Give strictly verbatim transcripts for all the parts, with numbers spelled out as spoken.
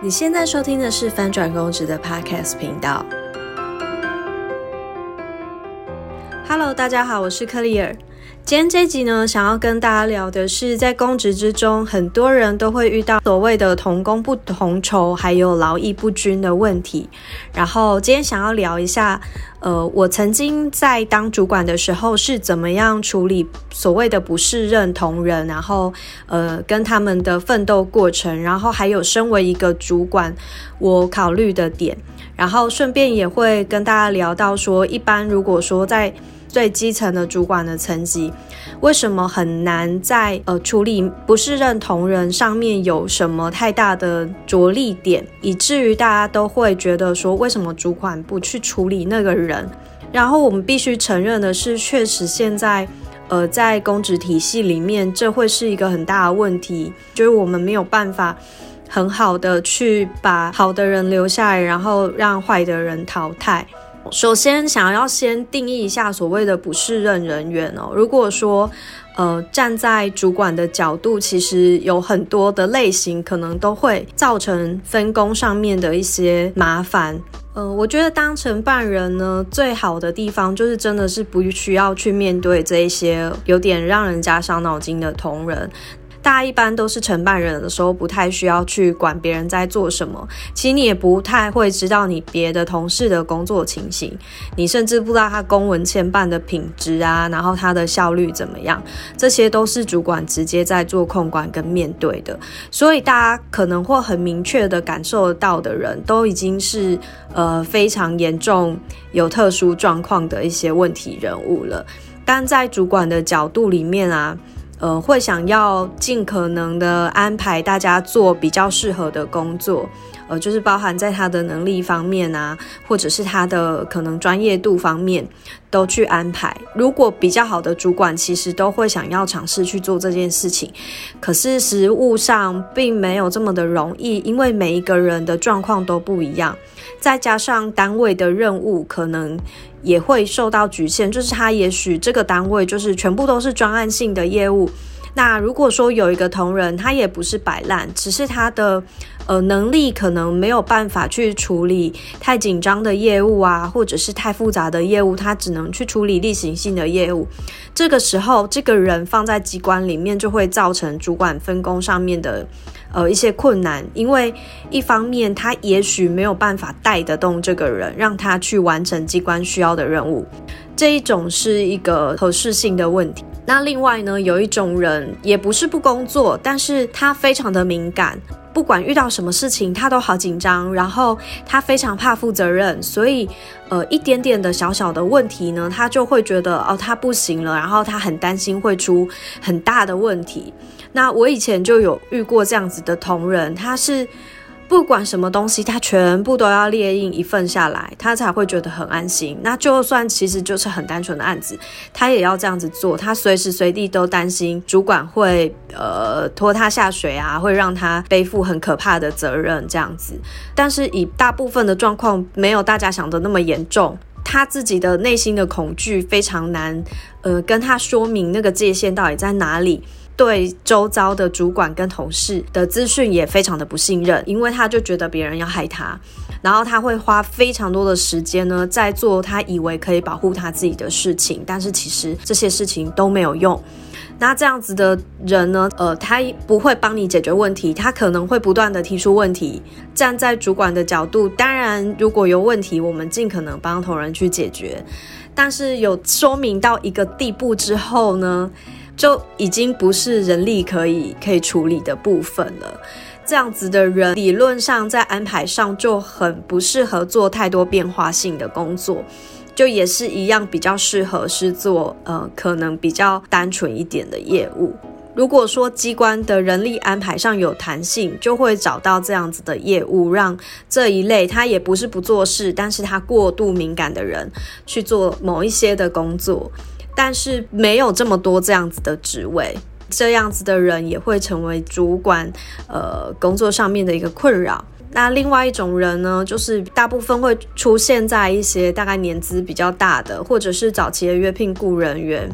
你现在收听的是翻转公职的 Podcast 频道。Hello， 大家好，我是克丽尔。今天这集呢，想要跟大家聊的是，在公职之中，很多人都会遇到所谓的同工不同酬，还有劳逸不均的问题。然后今天想要聊一下，呃，我曾经在当主管的时候是怎么样处理所谓的不适任同仁，然后呃跟他们的奋斗过程，然后还有身为一个主管我考虑的点，然后顺便也会跟大家聊到说，一般如果说在最基层的主管的层级，为什么很难在呃处理不适任同仁上面有什么太大的着力点，以至于大家都会觉得说，为什么主管不去处理那个人？然后我们必须承认的是，确实现在呃在公职体系里面，这会是一个很大的问题，就是我们没有办法很好的去把好的人留下来，然后让坏的人淘汰。首先想要先定义一下所谓的不适任人员哦。如果说呃站在主管的角度，其实有很多的类型可能都会造成分工上面的一些麻烦。呃，我觉得当承办人呢，最好的地方就是真的是不需要去面对这一些有点让人家伤脑筋的同仁。大家一般都是承办人的时候，不太需要去管别人在做什么，其实你也不太会知道你别的同事的工作情形，你甚至不知道他公文签办的品质啊，然后他的效率怎么样，这些都是主管直接在做控管跟面对的。所以大家可能会很明确的感受得到的人，都已经是呃非常严重有特殊状况的一些问题人物了。但在主管的角度里面啊，呃，会想要尽可能的安排大家做比较适合的工作，呃，就是包含在他的能力方面啊，或者是他的可能专业度方面都去安排。如果比较好的主管，其实都会想要尝试去做这件事情，可是实务上并没有这么的容易，因为每一个人的状况都不一样，再加上单位的任务可能也会受到局限，就是他也许这个单位就是全部都是专案性的业务，那如果说有一个同仁他也不是摆烂，只是他的呃能力可能没有办法去处理太紧张的业务啊，或者是太复杂的业务，他只能去处理例行性的业务，这个时候这个人放在机关里面就会造成主管分工上面的呃一些困难，因为一方面他也许没有办法带得动这个人，让他去完成机关需要的任务，这一种是一个合适性的问题。那另外呢，有一种人也不是不工作，但是他非常的敏感，不管遇到什么事情他都好紧张，然后他非常怕负责任，所以呃一点点的小小的问题呢，他就会觉得哦他不行了，然后他很担心会出很大的问题。那我以前就有遇过这样子的同仁，他是不管什么东西他全部都要列印一份下来，他才会觉得很安心。那就算其实就是很单纯的案子，他也要这样子做，他随时随地都担心主管会呃拖他下水啊，会让他背负很可怕的责任这样子。但是以大部分的状况没有大家想的那么严重，他自己的内心的恐惧非常难呃跟他说明那个界限到底在哪里，对周遭的主管跟同事的资讯也非常的不信任，因为他就觉得别人要害他，然后他会花非常多的时间呢在做他以为可以保护他自己的事情，但是其实这些事情都没有用。那这样子的人呢，呃，他不会帮你解决问题，他可能会不断的提出问题。站在主管的角度，当然如果有问题，我们尽可能帮同仁去解决，但是有说明到一个地步之后呢，就已经不是人力可以可以处理的部分了。这样子的人理论上在安排上就很不适合做太多变化性的工作，就也是一样比较适合是做呃可能比较单纯一点的业务。如果说机关的人力安排上有弹性，就会找到这样子的业务，让这一类他也不是不做事，但是他过度敏感的人去做某一些的工作，但是没有这么多这样子的职位，这样子的人也会成为主管呃工作上面的一个困扰。那另外一种人呢，就是大部分会出现在一些大概年资比较大的，或者是早期的约聘雇人员，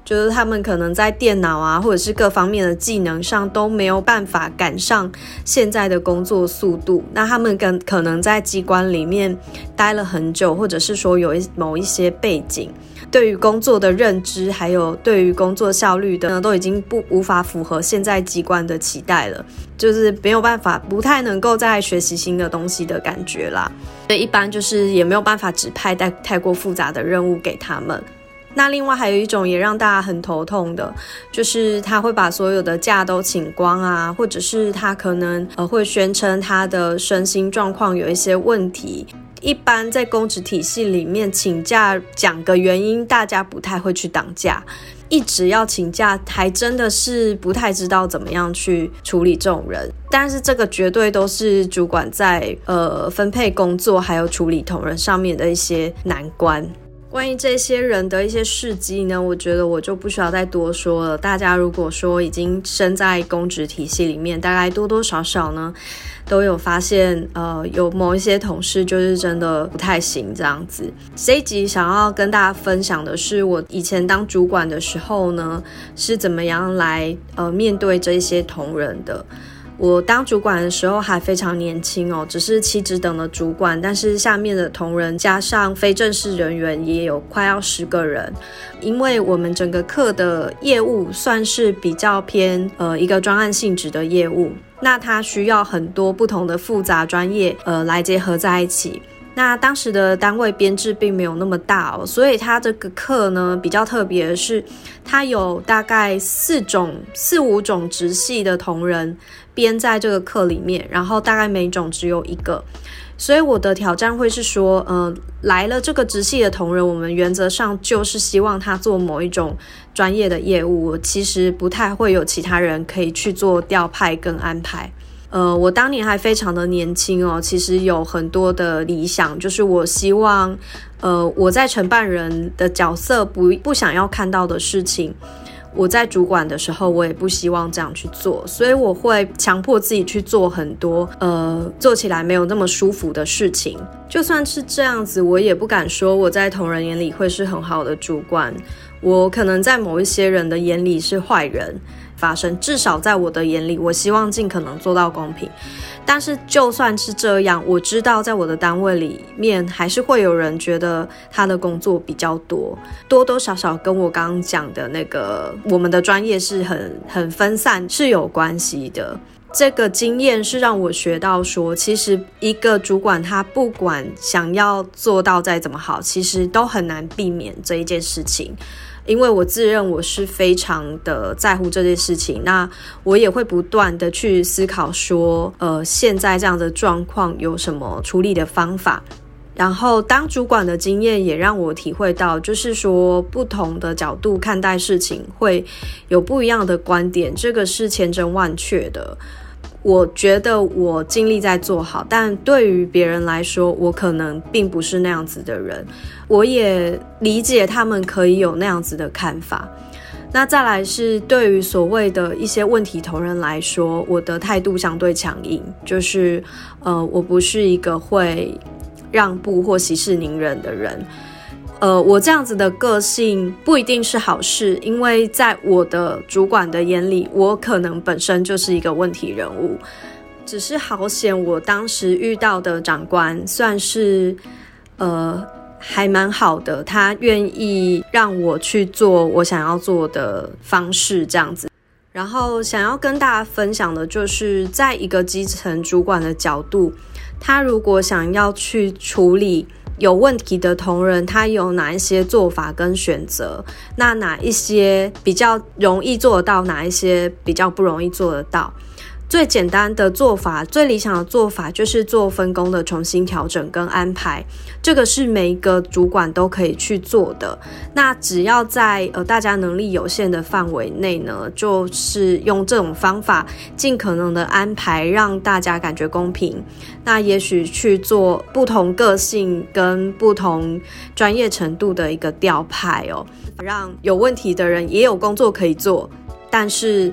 就是他们可能在电脑啊或者是各方面的技能上都没有办法赶上现在的工作速度，那他们跟可能在机关里面待了很久，或者是说有一某一些背景，对于工作的认知还有对于工作效率的呢都已经不无法符合现在机关的期待了，就是没有办法，不太能够再学习新的东西的感觉啦，所以一般就是也没有办法指派太太过复杂的任务给他们。那另外还有一种也让大家很头痛的，就是他会把所有的假都请光啊，或者是他可能呃会宣称他的身心状况有一些问题。一般在公职体系里面请假讲个原因，大家不太会去挡假，一直要请假还真的是不太知道怎么样去处理这种人。但是这个绝对都是主管在呃分配工作还有处理同仁上面的一些难关。关于这些人的一些事迹呢，我觉得我就不需要再多说了。大家如果说已经身在公职体系里面，大概多多少少呢都有发现呃，有某一些同事就是真的不太行这样子。这一集想要跟大家分享的是我以前当主管的时候呢是怎么样来呃面对这些同仁的。我当主管的时候还非常年轻哦，只是七职等的主管，但是下面的同仁加上非正式人员也有快要十个人。因为我们整个课的业务算是比较偏呃一个专案性质的业务，那它需要很多不同的复杂专业呃来结合在一起。那当时的单位编制并没有那么大哦，所以它这个课呢比较特别的是，它有大概四种四五种职系的同仁编在这个课里面，然后大概每种只有一个。所以我的挑战会是说呃，来了这个职系的同仁，我们原则上就是希望他做某一种专业的业务，其实不太会有其他人可以去做调派跟安排。呃，我当年还非常的年轻哦，其实有很多的理想，就是我希望呃，我在承办人的角色不不想要看到的事情，我在主管的时候我也不希望这样去做，所以我会强迫自己去做很多呃做起来没有那么舒服的事情。就算是这样子，我也不敢说我在同仁眼里会是很好的主管，我可能在某一些人的眼里是坏人发生，至少在我的眼里，我希望尽可能做到公平。但是就算是这样，我知道在我的单位里面还是会有人觉得他的工作比较多，多多少少跟我刚刚讲的那个我们的专业是很很分散是有关系的。这个经验是让我学到说，其实一个主管他不管想要做到再怎么好，其实都很难避免这一件事情。因为我自认我是非常的在乎这件事情，那我也会不断的去思考说呃，现在这样的状况有什么处理的方法。然后当主管的经验也让我体会到，就是说不同的角度看待事情会有不一样的观点，这个是千真万确的。我觉得我尽力在做好，但对于别人来说，我可能并不是那样子的人，我也理解他们可以有那样子的看法。那再来是对于所谓的一些问题同仁来说，我的态度相对强硬，就是呃，我不是一个会让步或息事宁人的人。呃，我这样子的个性不一定是好事，因为在我的主管的眼里，我可能本身就是一个问题人物。只是好险，我当时遇到的长官算是呃还蛮好的，他愿意让我去做我想要做的方式这样子。然后想要跟大家分享的就是在一个基层主管的角度，他如果想要去处理有问题的同仁，他有哪一些做法跟选择，那哪一些比较容易做得到，哪一些比较不容易做得到。最简单的做法，最理想的做法就是做分工的重新调整跟安排，这个是每一个主管都可以去做的。那只要在呃大家能力有限的范围内呢，就是用这种方法尽可能的安排，让大家感觉公平。那也许去做不同个性跟不同专业程度的一个调派哦，让有问题的人也有工作可以做，但是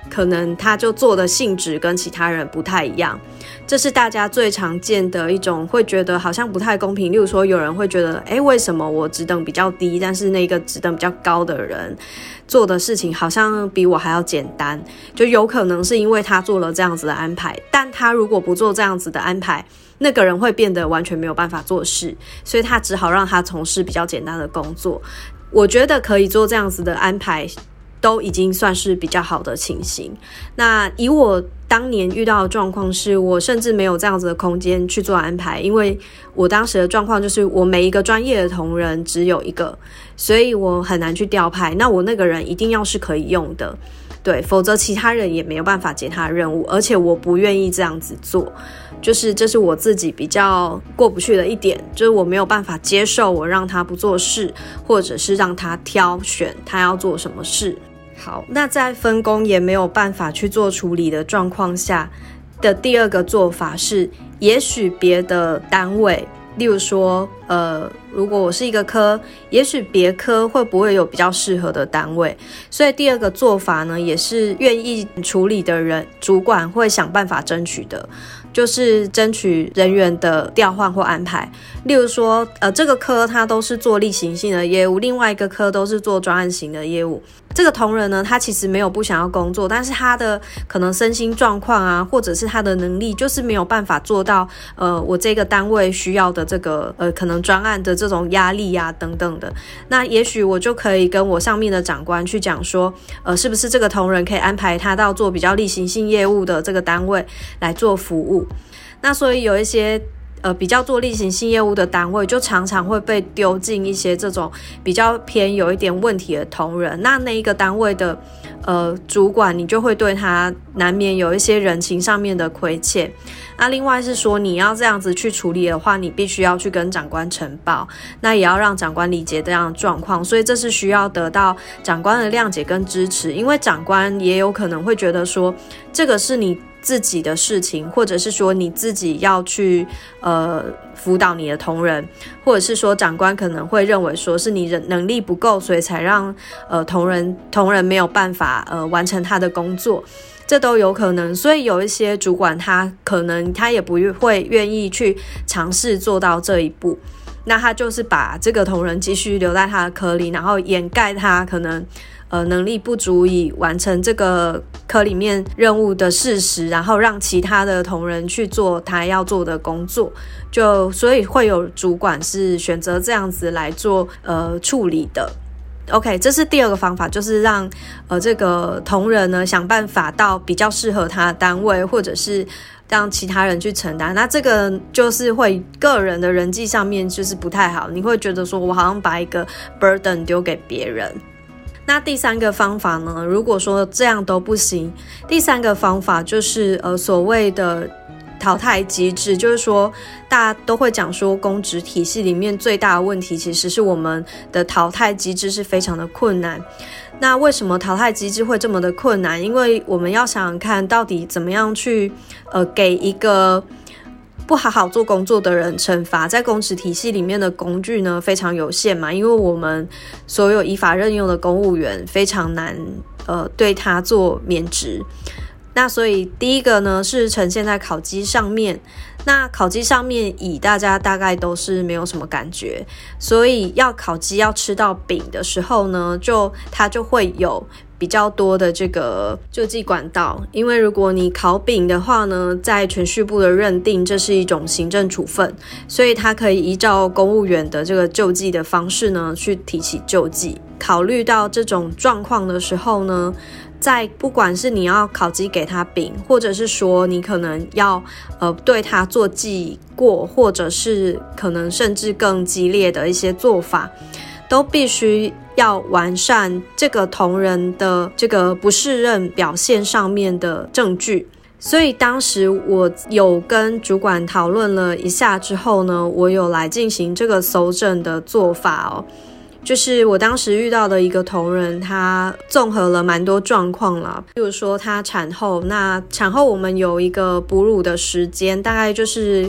可能他就做的性质跟其他人不太一样，这是大家最常见的一种会觉得好像不太公平。例如说有人会觉得，诶，为什么我职等比较低，但是那个职等比较高的人做的事情好像比我还要简单，就有可能是因为他做了这样子的安排，但他如果不做这样子的安排，那个人会变得完全没有办法做事，所以他只好让他从事比较简单的工作。我觉得可以做这样子的安排都已经算是比较好的情形。那以我当年遇到的状况是，我甚至没有这样子的空间去做安排，因为我当时的状况就是我每一个专业的同仁只有一个，所以我很难去调派，那我那个人一定要是可以用的，对，否则其他人也没有办法接他的任务，而且我不愿意这样子做，就是这是我自己比较过不去的一点，就是我没有办法接受我让他不做事，或者是让他挑选他要做什么事。好，那在分工也没有办法去做处理的状况下的第二个做法是，也许别的单位，例如说呃，如果我是一个科，也许别科会不会有比较适合的单位，所以第二个做法呢，也是愿意处理的人主管会想办法争取的，就是争取人员的调换或安排。例如说呃，这个科他都是做例行性的业务，另外一个科都是做专案型的业务，这个同仁呢，他其实没有不想要工作，但是他的可能身心状况啊，或者是他的能力就是没有办法做到呃，我这个单位需要的这个呃，可能专案的这种压力啊等等的。那也许我就可以跟我上面的长官去讲说，呃，是不是这个同仁可以安排他到做比较例行性业务的这个单位来做服务。那所以有一些呃，比较做例行性业务的单位，就常常会被丢进一些这种比较偏有一点问题的同仁。那那一个单位的呃主管，你就会对他难免有一些人情上面的亏欠。那另外是说，你要这样子去处理的话，你必须要去跟长官呈报，那也要让长官理解这样的状况，所以这是需要得到长官的谅解跟支持，因为长官也有可能会觉得说，这个是你自己的事情，或者是说你自己要去呃辅导你的同仁，或者是说长官可能会认为说是你能力不够，所以才让呃同仁同仁没有办法呃完成他的工作，这都有可能。所以有一些主管他可能他也不会愿意去尝试做到这一步，那他就是把这个同仁继续留在他的科里，然后掩盖他可能呃，能力不足以完成这个科里面任务的事实，然后让其他的同仁去做他要做的工作，就所以会有主管是选择这样子来做呃处理的。OK， 这是第二个方法，就是让呃这个同仁呢想办法到比较适合他的单位，或者是让其他人去承担。那这个就是会个人的人际上面就是不太好，你会觉得说我好像把一个 burden 丢给别人。那第三个方法呢，如果说这样都不行，第三个方法就是呃所谓的淘汰机制，就是说大家都会讲说公职体系里面最大的问题其实是我们的淘汰机制是非常的困难。那为什么淘汰机制会这么的困难？因为我们要想想看到底怎么样去呃给一个不好好做工作的人惩罚，在公职体系里面的工具呢非常有限嘛，因为我们所有依法任用的公务员非常难呃对他做免职。那所以第一个呢是呈现在考绩上面，那考绩上面以大家大概都是没有什么感觉，所以要考绩要吃到饼的时候呢，就它就会有比较多的这个救济管道。因为如果你考丙的话呢，在铨叙部的认定这是一种行政处分，所以它可以依照公务员的这个救济的方式呢去提起救济。考虑到这种状况的时候呢，在不管是你要考绩给他丙，或者是说你可能要呃对他做记过，或者是可能甚至更激烈的一些做法，都必须要完善这个同仁的这个不适任表现上面的证据。所以当时我有跟主管讨论了一下之后呢，我有来进行这个搜证的做法哦。就是我当时遇到的一个同仁，他综合了蛮多状况啦，比如说他产后，那产后我们有一个哺乳的时间，大概就是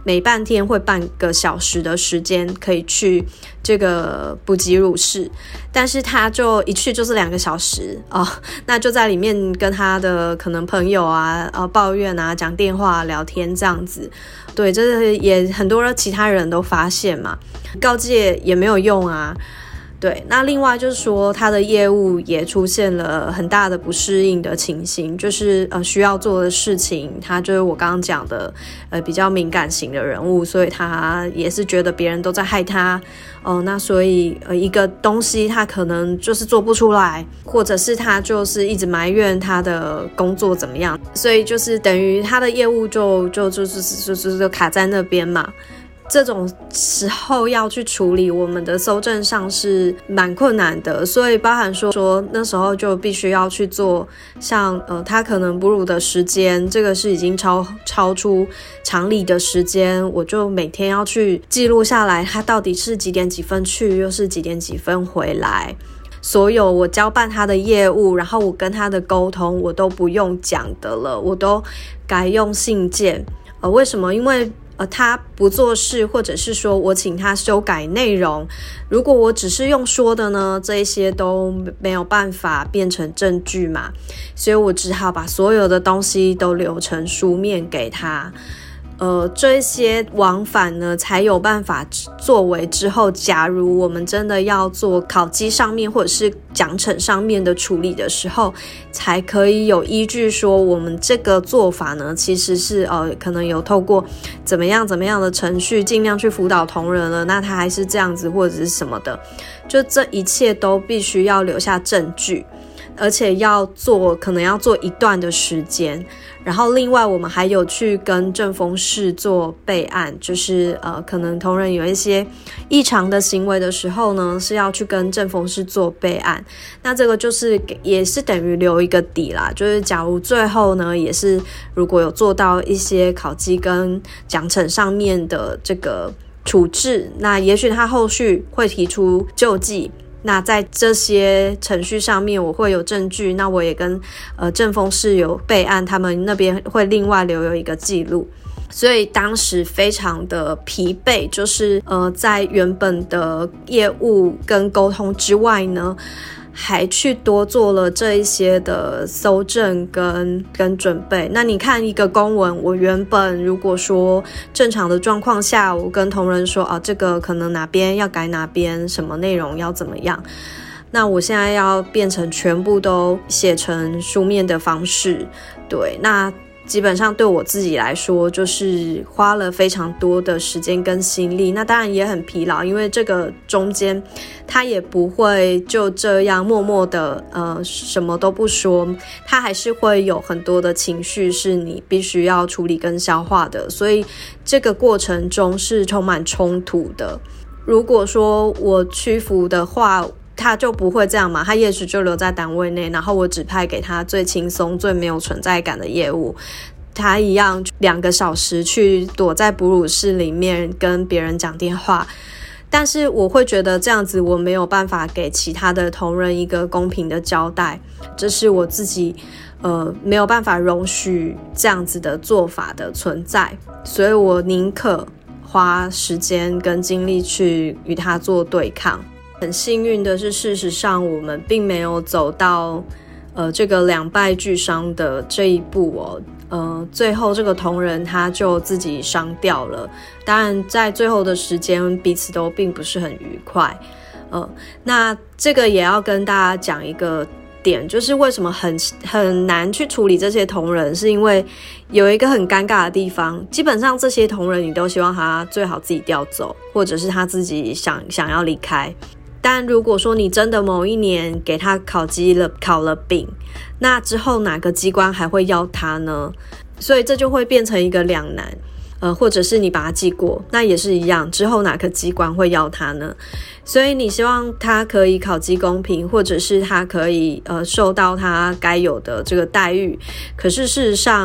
每半天会半个小时的时间可以去这个补给乳室，但是他就一去就是两个小时哦，那就在里面跟他的可能朋友啊、呃、抱怨啊、讲电话、聊天这样子。对，这也很多其他人都发现嘛，告诫也没有用啊。对，那另外就是说他的业务也出现了很大的不适应的情形，就是呃需要做的事情，他就是我刚刚讲的呃比较敏感型的人物，所以他也是觉得别人都在害他哦、呃，那所以呃一个东西他可能就是做不出来，或者是他就是一直埋怨他的工作怎么样，所以就是等于他的业务就就就就就就就卡在那边嘛。这种时候要去处理，我们的搜证上是蛮困难的，所以包含说说那时候就必须要去做像呃他可能哺乳的时间，这个是已经超超出常理的时间，我就每天要去记录下来，他到底是几点几分去，又是几点几分回来。所有我交办他的业务，然后我跟他的沟通，我都不用讲的了，我都改用信件。呃，为什么？因为呃，他不做事，或者是说我请他修改内容，如果我只是用说的呢，这一些都没有办法变成证据嘛，所以我只好把所有的东西都留成书面给他。呃，这些往返呢，才有办法作为之后，假如我们真的要做考绩上面或者是奖惩上面的处理的时候，才可以有依据说我们这个做法呢，其实是呃，可能有透过怎么样怎么样的程序，尽量去辅导同仁了，那他还是这样子或者是什么的，就这一切都必须要留下证据。而且要做可能要做一段的时间，然后另外我们还有去跟政风室做备案，就是呃可能同仁有一些异常的行为的时候呢，是要去跟政风室做备案。那这个就是也是等于留一个底啦，就是假如最后呢也是如果有做到一些考绩跟奖惩上面的这个处置，那也许他后续会提出救济。那在这些程序上面我会有证据，那我也跟呃政风室有备案，他们那边会另外留有一个记录。所以当时非常的疲惫，就是呃在原本的业务跟沟通之外呢，还去多做了这一些的搜证跟跟准备。那你看一个公文，我原本如果说正常的状况下，我跟同仁说啊，这个可能哪边要改哪边，什么内容要怎么样，那我现在要变成全部都写成书面的方式，对，那基本上对我自己来说就是花了非常多的时间跟心力，那当然也很疲劳，因为这个中间他也不会就这样默默的呃什么都不说，他还是会有很多的情绪是你必须要处理跟消化的，所以这个过程中是充满冲突的。如果说我屈服的话，他就不会这样嘛，他也许就留在单位内，然后我指派给他最轻松最没有存在感的业务，他一样两个小时去躲在哺乳室里面跟别人讲电话，但是我会觉得这样子我没有办法给其他的同仁一个公平的交代，这是我自己呃没有办法容许这样子的做法的存在，所以我宁可花时间跟精力去与他做对抗。很幸运的是，事实上我们并没有走到呃这个两败俱伤的这一步哦。呃，最后这个同仁他就自己伤掉了，当然在最后的时间彼此都并不是很愉快。呃，那这个也要跟大家讲一个点，就是为什么很很难去处理这些同仁，是因为有一个很尴尬的地方，基本上这些同仁你都希望他最好自己调走，或者是他自己想想要离开。但如果说你真的某一年给他考绩了考了丙，那之后哪个机关还会要他呢？所以这就会变成一个两难。呃，或者是你把他记过，那也是一样，之后哪个机关会要他呢？所以你希望他可以考绩公平，或者是他可以呃受到他该有的这个待遇，可是事实上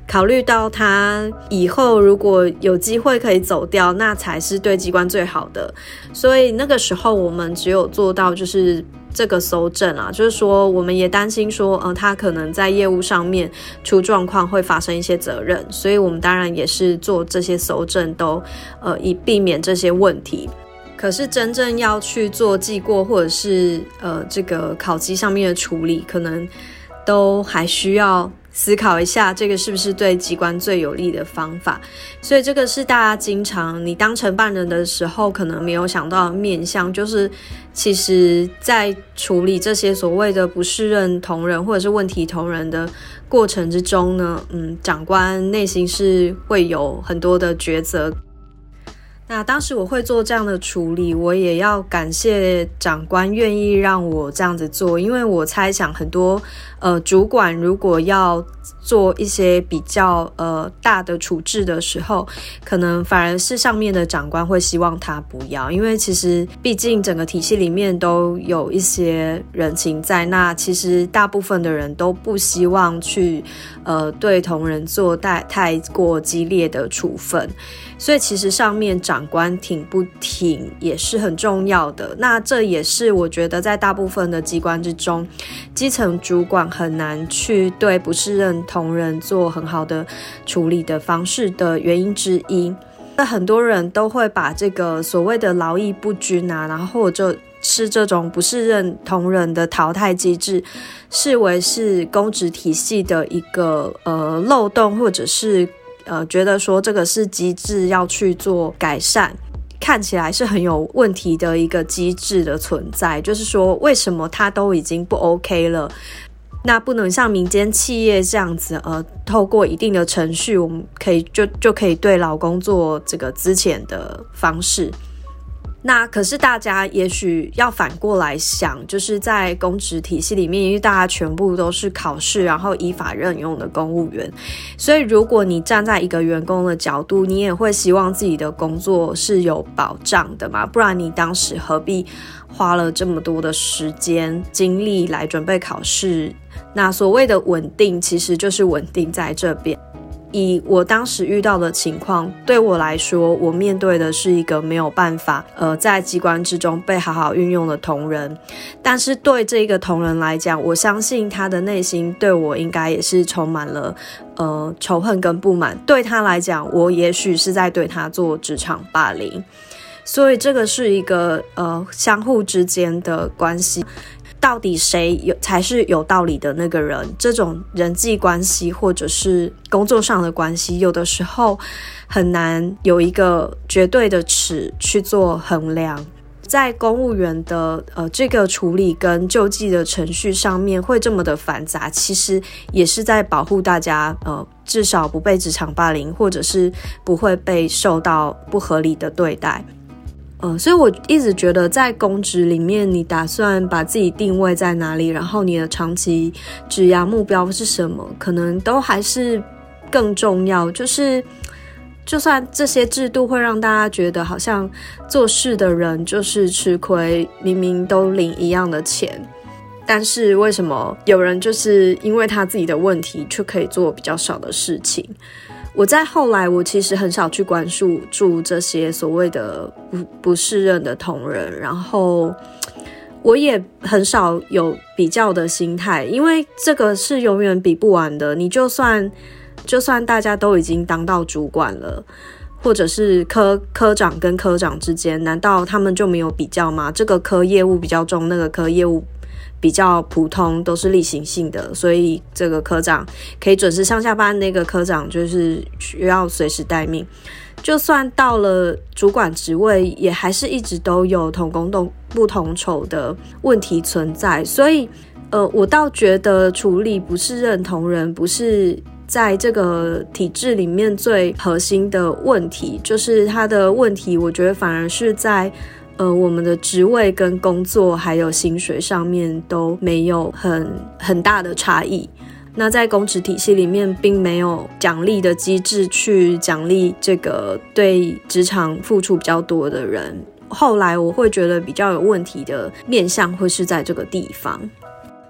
考虑到他以后如果有机会可以走掉，那才是对机关最好的。所以那个时候我们只有做到就是这个搜证啊，就是说我们也担心说呃，他可能在业务上面出状况会发生一些责任，所以我们当然也是做这些搜证都呃以避免这些问题。可是真正要去做记过或者是呃这个考绩上面的处理，可能都还需要思考一下这个是不是对机关最有利的方法。所以这个是大家经常你当承办人的时候可能没有想到的面向，就是其实在处理这些所谓的不适任同仁或者是问题同仁的过程之中呢，嗯，长官内心是会有很多的抉择。那当时我会做这样的处理，我也要感谢长官愿意让我这样子做，因为我猜想很多呃主管如果要做一些比较呃大的处置的时候，可能反而是上面的长官会希望他不要，因为其实毕竟整个体系里面都有一些人情在，那其实大部分的人都不希望去呃对同仁做太太过激烈的处分，所以其实上面长官挺不挺也是很重要的。那这也是我觉得在大部分的机关之中，基层主管很难去对不适任同仁做很好的处理的方式的原因之一。很多人都会把这个所谓的劳逸不均啊，然后或者是这种不适任同仁的淘汰机制视为是公职体系的一个呃漏洞，或者是呃，觉得说这个是机制要去做改善，看起来是很有问题的一个机制的存在。就是说为什么它都已经不 OK 了，那不能像民间企业这样子呃，透过一定的程序我们可以就就可以对劳工做这个资遣的方式。那可是大家也许要反过来想，就是在公职体系里面，因为大家全部都是考试然后依法任用的公务员，所以如果你站在一个员工的角度，你也会希望自己的工作是有保障的嘛，不然你当时何必花了这么多的时间精力来准备考试。那所谓的稳定其实就是稳定在这边。以我当时遇到的情况，对我来说，我面对的是一个没有办法呃在机关之中被好好运用的同仁，但是对这个同仁来讲，我相信他的内心对我应该也是充满了呃仇恨跟不满，对他来讲，我也许是在对他做职场霸凌，所以这个是一个呃相互之间的关系。到底谁有才是有道理的那个人，这种人际关系或者是工作上的关系，有的时候很难有一个绝对的尺去做衡量。在公务员的呃这个处理跟救济的程序上面会这么的繁杂，其实也是在保护大家呃至少不被职场霸凌，或者是不会被受到不合理的对待。呃，所以我一直觉得在公职里面，你打算把自己定位在哪里，然后你的长期职涯目标是什么，可能都还是更重要。就是就算这些制度会让大家觉得好像做事的人就是吃亏，明明都领一样的钱，但是为什么有人就是因为他自己的问题却可以做比较少的事情。我在后来我其实很少去关注这些所谓的 不, 不适任的同仁，然后我也很少有比较的心态，因为这个是永远比不完的。你就算就算大家都已经当到主管了，或者是科科长跟科长之间，难道他们就没有比较吗？这个科业务比较重，那个科业务比较普通，都是例行性的，所以这个科长可以准时上下班，那个科长就是需要随时待命。就算到了主管职位，也还是一直都有同工不同酬的问题存在。所以呃，我倒觉得处理不适任同仁不是在这个体制里面最核心的问题，就是他的问题我觉得反而是在呃，我们的职位跟工作还有薪水上面都没有很很大的差异。那在公职体系里面并没有奖励的机制去奖励这个对职场付出比较多的人。后来我会觉得比较有问题的面向会是在这个地方。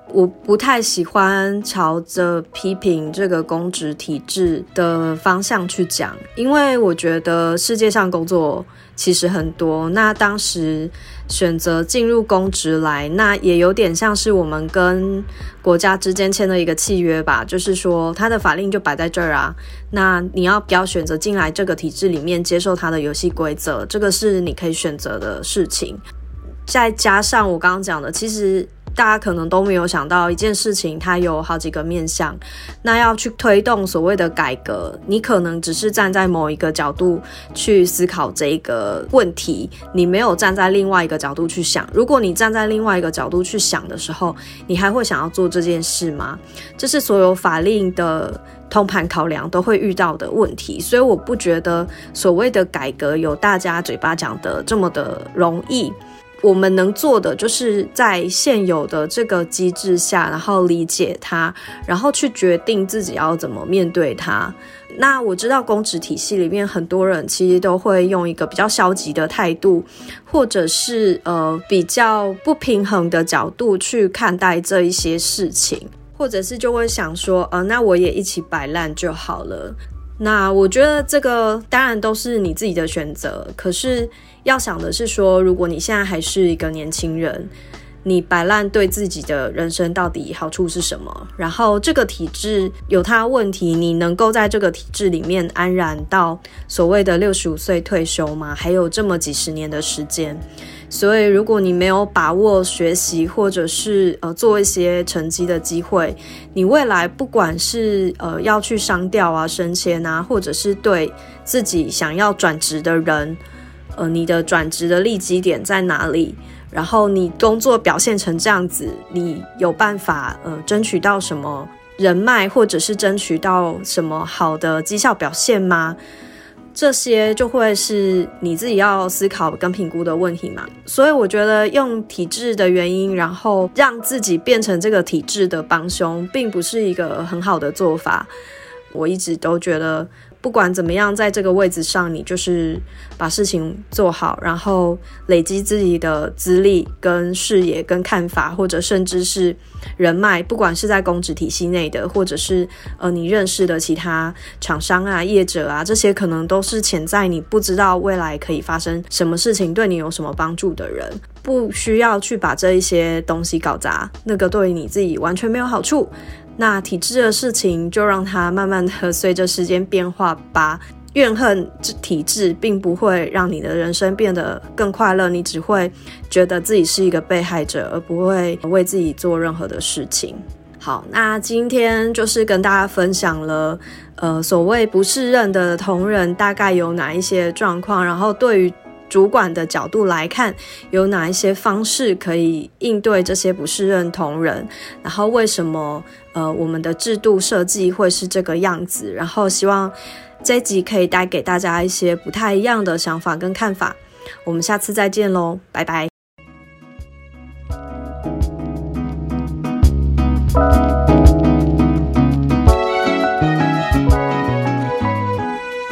我不太喜欢朝着批评这个公职体制的方向去讲，因为我觉得世界上工作其实很多，那当时选择进入公职来，那也有点像是我们跟国家之间签了一个契约吧，就是说它的法令就摆在这儿啊，那你要不要选择进来这个体制里面接受它的游戏规则，这个是你可以选择的事情。再加上我刚刚讲的，其实大家可能都没有想到一件事情它有好几个面向，那要去推动所谓的改革，你可能只是站在某一个角度去思考这个问题，你没有站在另外一个角度去想。如果你站在另外一个角度去想的时候，你还会想要做这件事吗？这是所有法令的通盘考量都会遇到的问题，所以我不觉得所谓的改革有大家嘴巴讲的这么的容易。我们能做的就是在现有的这个机制下，然后理解它，然后去决定自己要怎么面对它。那我知道公职体系里面很多人其实都会用一个比较消极的态度，或者是呃比较不平衡的角度去看待这一些事情，或者是就会想说呃那我也一起摆烂就好了。那我觉得这个当然都是你自己的选择，可是要想的是说，如果你现在还是一个年轻人，你摆烂对自己的人生到底好处是什么？然后这个体制有它的问题，你能够在这个体制里面安然到所谓的六十五岁退休吗？还有这么几十年的时间。所以如果你没有把握学习或者是呃做一些成绩的机会，你未来不管是呃要去商调啊升迁啊，或者是对自己想要转职的人呃你的转职的利基点在哪里，然后你工作表现成这样子，你有办法呃争取到什么人脉，或者是争取到什么好的绩效表现吗？这些就会是你自己要思考跟评估的问题嘛。所以我觉得用体制的原因，然后让自己变成这个体制的帮凶，并不是一个很好的做法。我一直都觉得不管怎么样，在这个位置上你就是把事情做好，然后累积自己的资历跟视野跟看法，或者甚至是人脉，不管是在公职体系内的，或者是呃你认识的其他厂商啊业者啊，这些可能都是潜在你不知道未来可以发生什么事情，对你有什么帮助的人，不需要去把这一些东西搞砸，那个对你自己完全没有好处。那体制的事情就让它慢慢的随着时间变化吧，怨恨体制并不会让你的人生变得更快乐，你只会觉得自己是一个被害者，而不会为自己做任何的事情。好，那今天就是跟大家分享了呃，所谓不适任的同仁大概有哪一些状况，然后对于主管的角度来看，有哪一些方式可以应对这些不适任同仁，然后为什么呃我们的制度设计会是这个样子，然后希望这一集可以带给大家一些不太一样的想法跟看法。我们下次再见咯，拜拜。